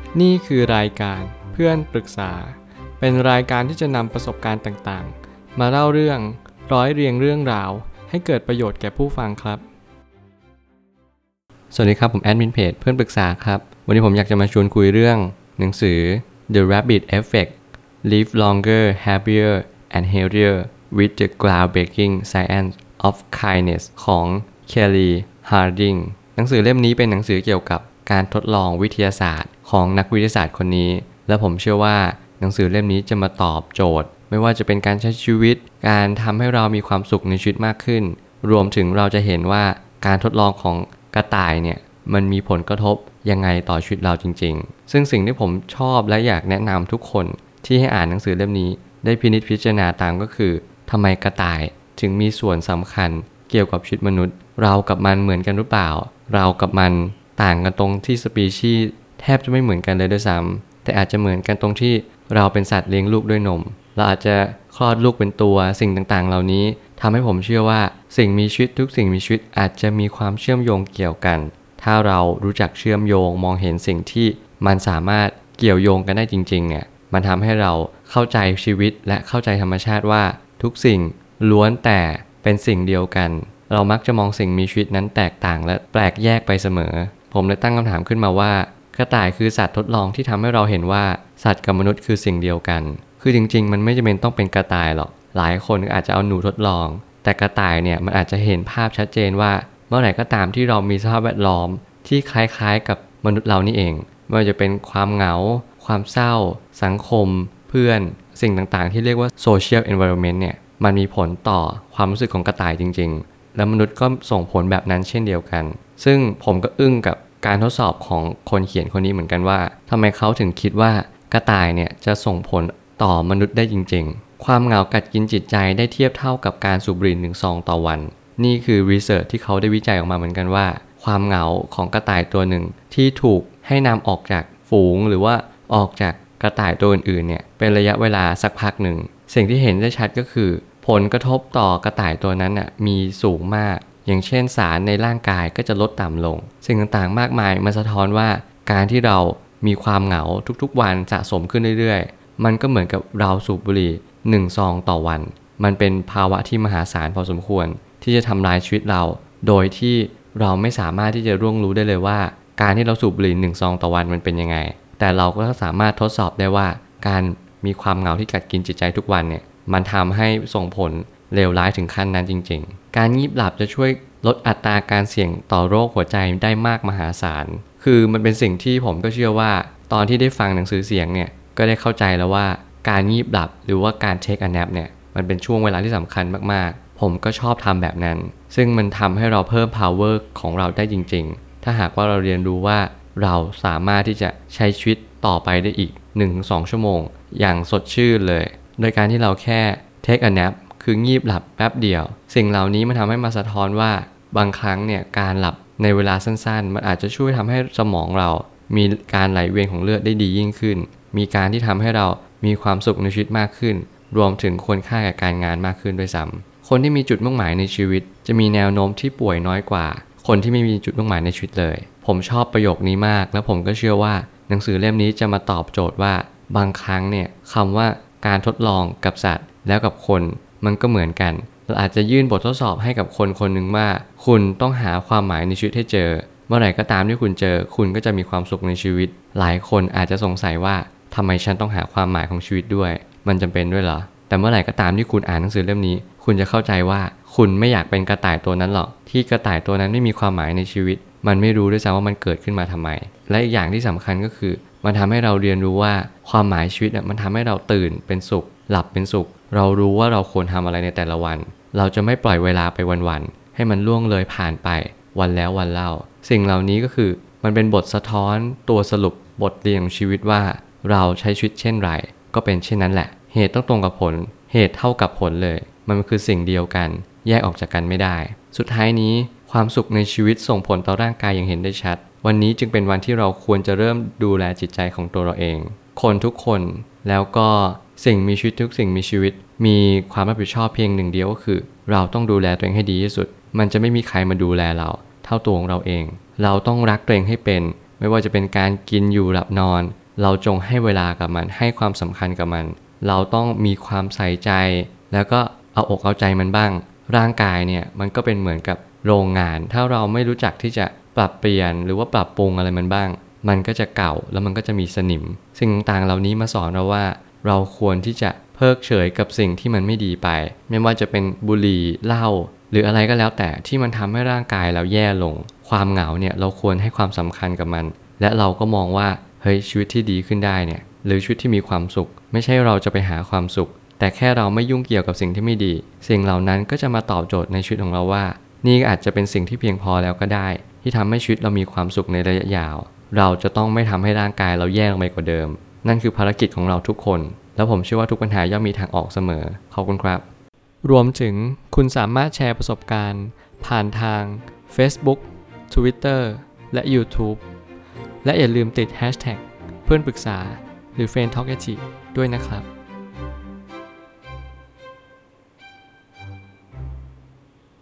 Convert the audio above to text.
นี่คือรายการเพื่อนปรึกษาเป็นรายการที่จะนำประสบการณ์ต่างๆมาเล่าเรื่องร้อยเรียงเรื่องราวให้เกิดประโยชน์แก่ผู้ฟังครับสวัสดีครับผมแอดมินเพจเพื่อนปรึกษาครับวันนี้ผมอยากจะมาชวนคุยเรื่องหนังสือ The Rabbit Effect Live Longer Happier and Healthier with the Groundbreaking Science of Kindness ของ Kelly Harding หนังสือเล่มนี้เป็นหนังสือเกี่ยวกับการทดลองวิทยาศาสตร์ของนักวิทยาศาสตร์คนนี้และผมเชื่อว่าหนังสือเล่มนี้จะมาตอบโจทย์ไม่ว่าจะเป็นการใช้ชีวิตการทำให้เรามีความสุขในชีวิตมากขึ้นรวมถึงเราจะเห็นว่าการทดลองของกระต่ายเนี่ยมันมีผลกระทบยังไงต่อชีวิตเราจริงๆซึ่งสิ่งที่ผมชอบและอยากแนะนำทุกคนที่ให้อ่านหนังสือเล่มนี้ได้พินิจพิจารณาตามก็คือทำไมกระต่ายถึงมีส่วนสำคัญเกี่ยวกับชีวิตมนุษย์เรากับมันเหมือนกันหรือเปล่าเรากับมันต่างกันตรงที่สปีชีส์แทบจะไม่เหมือนกันเลยด้วยซ้ำแต่อาจจะเหมือนกันตรงที่เราเป็นสัตว์เลี้ยงลูกด้วยนมเราอาจจะคลอดลูกเป็นตัวสิ่งต่างๆเหล่านี้ทำให้ผมเชื่อว่าสิ่งมีชีวิตทุกสิ่งมีชีวิตอาจจะมีความเชื่อมโยงเกี่ยวกันถ้าเรารู้จักเชื่อมโยงมองเห็นสิ่งที่มันสามารถเกี่ยวโยงกันได้จริงๆเนี่ยมันทำให้เราเข้าใจชีวิตและเข้าใจธรรมชาติว่าทุกสิ่งล้วนแต่เป็นสิ่งเดียวกันเรามักจะมองสิ่งมีชีวิตนั้นแตกต่างและแปลกแยกไปเสมอผมเลยตั้งคำถามขึ้นมาว่ากระต่ายคือสัตว์ทดลองที่ทำให้เราเห็นว่าสัตว์กับมนุษย์คือสิ่งเดียวกันคือจริงๆมันไม่จำเป็นต้องเป็นกระต่ายหรอกหลายคนอาจจะเอาหนูทดลองแต่กระต่ายเนี่ยมันอาจจะเห็นภาพชัดเจนว่าเมื่อไหร่ก็ตามที่เรามีสภาพแวดล้อมที่คล้ายๆกับมนุษย์เรานี่เองไม่ว่าจะเป็นความเหงาความเศร้าสังคมเพื่อนสิ่งต่างๆที่เรียกว่า social environment เนี่ยมันมีผลต่อความรู้สึกของกระต่ายจริงๆแล้วมนุษย์ก็ส่งผลแบบนั้นเช่นเดียวกันซึ่งผมก็อึ้งกับการทดสอบของคนเขียนคนนี้เหมือนกันว่าทำไมเขาถึงคิดว่ากระต่ายเนี่ยจะส่งผลต่อมนุษย์ได้จริงๆความเหงากัดกินจิตใจได้เทียบเท่ากับการสูบบุหรี่1 ซองต่อวันนี่คือรีเสิร์ชที่เขาได้วิจัยออกมาเหมือนกันว่าความเหงาของกระต่ายตัวหนึ่งที่ถูกให้นำออกจากฝูงหรือว่าออกจากกระต่ายตัวอื่นๆเนี่ยเป็นระยะเวลาสักพักหนึ่งสิ่งที่เห็นได้ชัดก็คือผลกระทบต่อกระต่ายตัวนั้นมีสูงมากอย่างเช่นสารในร่างกายก็จะลดต่ำลงสิ่งต่างๆมากมายมันสะท้อนว่าการที่เรามีความเหงาทุกๆวันสะสมขึ้นเรื่อยๆมันก็เหมือนกับเราสูบบุหรี่1 ซองต่อวันมันเป็นภาวะที่มหาศาลพอสมควรที่จะทำลายชีวิตเราโดยที่เราไม่สามารถที่จะร่วงรู้ได้เลยว่าการที่เราสูบบุหรี่1 ซองต่อวันมันเป็นยังไงแต่เราก็สามารถทดสอบได้ว่าการมีความเหงาที่กัดกินจิตใจทุกวันเนี่ยมันทำให้ส่งผลเลวร้ายถึงขั้นนั้นจริงๆการงีบหลับจะช่วยลดอัตราการเสี่ยงต่อโรคหัวใจได้มากมหาศาลคือมันเป็นสิ่งที่ผมก็เชื่อว่าตอนที่ได้ฟังหนังสือเสียงเนี่ยก็ได้เข้าใจแล้วว่าการงีบหลับหรือว่าการ take a nap เนี่ยมันเป็นช่วงเวลาที่สำคัญมากๆผมก็ชอบทำแบบนั้นซึ่งมันทำให้เราเพิ่ม power ของเราได้จริงๆถ้าหากว่าเราเรียนรู้ว่าเราสามารถที่จะใช้ชีวิตต่อไปได้อีก 1-2 ชั่วโมงอย่างสดชื่นเลยโดยการที่เราแค่ take a nap คืองีบหลับแป๊บเดียวสิ่งเหล่านี้มันทำให้มาสะท้อนว่าบางครั้งเนี่ยการหลับในเวลาสั้นๆมันอาจจะช่วยทำให้สมองเรามีการไหลเวียนของเลือดได้ดียิ่งขึ้นมีการที่ทำให้เรามีความสุขในชีวิตมากขึ้นรวมถึงคุณค่าแก่การงานมากขึ้นด้วยซ้ำคนที่มีจุดมุ่งหมายในชีวิตจะมีแนวโน้มที่ป่วยน้อยกว่าคนที่ไม่มีจุดมุ่งหมายในชีวิตเลยผมชอบประโยคนี้มากและผมก็เชื่อว่าหนังสือเล่มนี้จะมาตอบโจทย์ว่าบางครั้งเนี่ยคำว่าการทดลองกับสัตว์แล้วกับคนมันก็เหมือนกันเราอาจจะยื่นบททดสอบให้กับคนคนหนึ่งว่าคุณต้องหาความหมายในชีวิตให้เจอเมื่อไหร่ก็ตามที่คุณเจอคุณก็จะมีความสุขในชีวิตหลายคนอาจจะสงสัยว่าทำไมฉันต้องหาความหมายของชีวิตด้วยมันจำเป็นด้วยเหรอแต่เมื่อไหร่ก็ตามที่คุณอ่านหนังสือเล่มนี้คุณจะเข้าใจว่าคุณไม่อยากเป็นกระต่ายตัวนั้นหรอกที่กระต่ายตัวนั้นไม่มีความหมายในชีวิตมันไม่รู้ด้วยซ้ำว่ามันเกิดขึ้นมาทำไมและอีกอย่างที่สำคัญก็คือมันทำให้เราเรียนรู้ว่าความหมายชีวิตมันทำให้เราตื่นเป็นสุขหลับเป็นสุขเรารู้ว่าเราควรทำอะไรในแต่ละวันเราจะไม่ปล่อยเวลาไปวันๆให้มันล่วงเลยผ่านไปวันแล้ววันเล่าสิ่งเหล่านี้ก็คือมันเป็นบทสะท้อนตัวสรุปบทเรียนของชีวิตว่าเราใช้ชีวิตเช่นไรก็เป็นเช่นนั้นแหละเหตุต้องตรงกับผลเหตุเท่ากับผลเลยมันคือสิ่งเดียวกันแยกออกจากกันไม่ได้สุดท้ายนี้ความสุขในชีวิตส่งผลต่อร่างกายอย่างเห็นได้ชัดวันนี้จึงเป็นวันที่เราควรจะเริ่มดูแลจิตใจของตัวเราเองคนทุกคนแล้วก็สิ่งมีชีวิตทุกสิ่งมีชีวิตมีความรับผิดชอบเพียงหนึ่งเดียวก็คือเราต้องดูแลตัวเองให้ดีที่สุดมันจะไม่มีใครมาดูแลเราเท่าตัวของเราเองเราต้องรักตัวเองให้เป็นไม่ว่าจะเป็นการกินอยู่หลับนอนเราจงให้เวลากับมันให้ความสำคัญกับมันเราต้องมีความใส่ใจแล้วก็เอาอกเอาใจมันบ้างร่างกายเนี่ยมันก็เป็นเหมือนกับโรงงานถ้าเราไม่รู้จักที่จะปรับเปลี่ยนหรือว่าปรับปรุงอะไรมันบ้างมันก็จะเก่าแล้วมันก็จะมีสนิมสิ่งต่างๆเหล่านี้มาสอนเราว่าเราควรที่จะเพิกเฉยกับสิ่งที่มันไม่ดีไปไม่ว่าจะเป็นบุหรี่เหล้าหรืออะไรก็แล้วแต่ที่มันทำให้ร่างกายเราแย่ลงความเหงาเนี่ยเราควรให้ความสำคัญกับมันและเราก็มองว่าเฮ้ยชีวิตที่ดีขึ้นได้เนี่ยหรือชีวิตที่มีความสุขไม่ใช่เราจะไปหาความสุขแต่แค่เราไม่ยุ่งเกี่ยวกับสิ่งที่ไม่ดีสิ่งเหล่านั้นก็จะมาตอบโจทย์ในชีวิตของเราว่านี่อาจจะเป็นสิ่งที่เพียงพอแล้วก็ได้ที่ทำให้ชีวิตเรามีความสุขในระยะยาวเราจะต้องไม่ทำให้ร่างกายเราแย่ลงไปกว่าเดิมนั่นคือภารกิจของเราทุกคนแล้วผมเชื่อว่าทุกปัญหาย่อมมีทางออกเสมอขอบคุณครับรวมถึงคุณสามารถแชร์ประสบการณ์ผ่านทาง Facebook Twitter และ YouTube และอย่าลืมติด Hashtag เพื่อนปรึกษาหรือ Friend Talk ด้วยนะครับ